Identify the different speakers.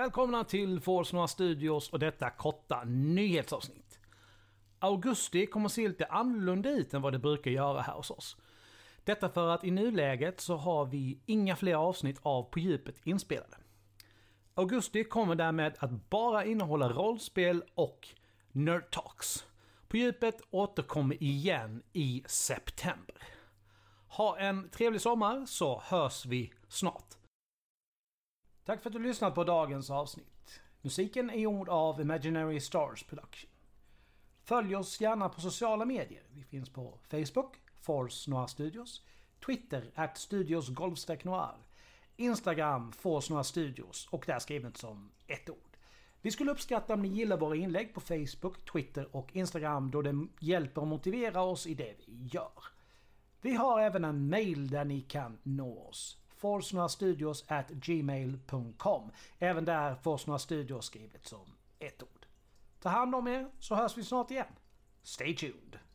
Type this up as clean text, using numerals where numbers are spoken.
Speaker 1: Välkomna till Force Noir Studios och detta korta nyhetsavsnitt. Augusti kommer se lite annorlunda ut än vad det brukar göra här hos oss. Detta för att i nuläget så har vi inga fler avsnitt av På djupet inspelade. Augusti kommer därmed att bara innehålla rollspel och Nerd Talks. På djupet återkommer igen i september. Ha en trevlig sommar så hörs vi snart. Tack för att du lyssnat på dagens avsnitt. Musiken är gjord av Imaginary Stars Production. Följ oss gärna på sociala medier. Vi finns på Facebook, Force Noir Studios, Twitter @studios_noir, Instagram Force Noir Studios och där skrivet som ett ord. Vi skulle uppskatta om ni gillar våra inlägg på Facebook, Twitter och Instagram då det hjälper att motivera oss i det vi gör. Vi har även en mail där ni kan nå oss. forcenoirstudios@gmail.com. Även där Force Noir Studios skrivet som ett ord. Ta hand om er så hörs vi snart igen. Stay tuned!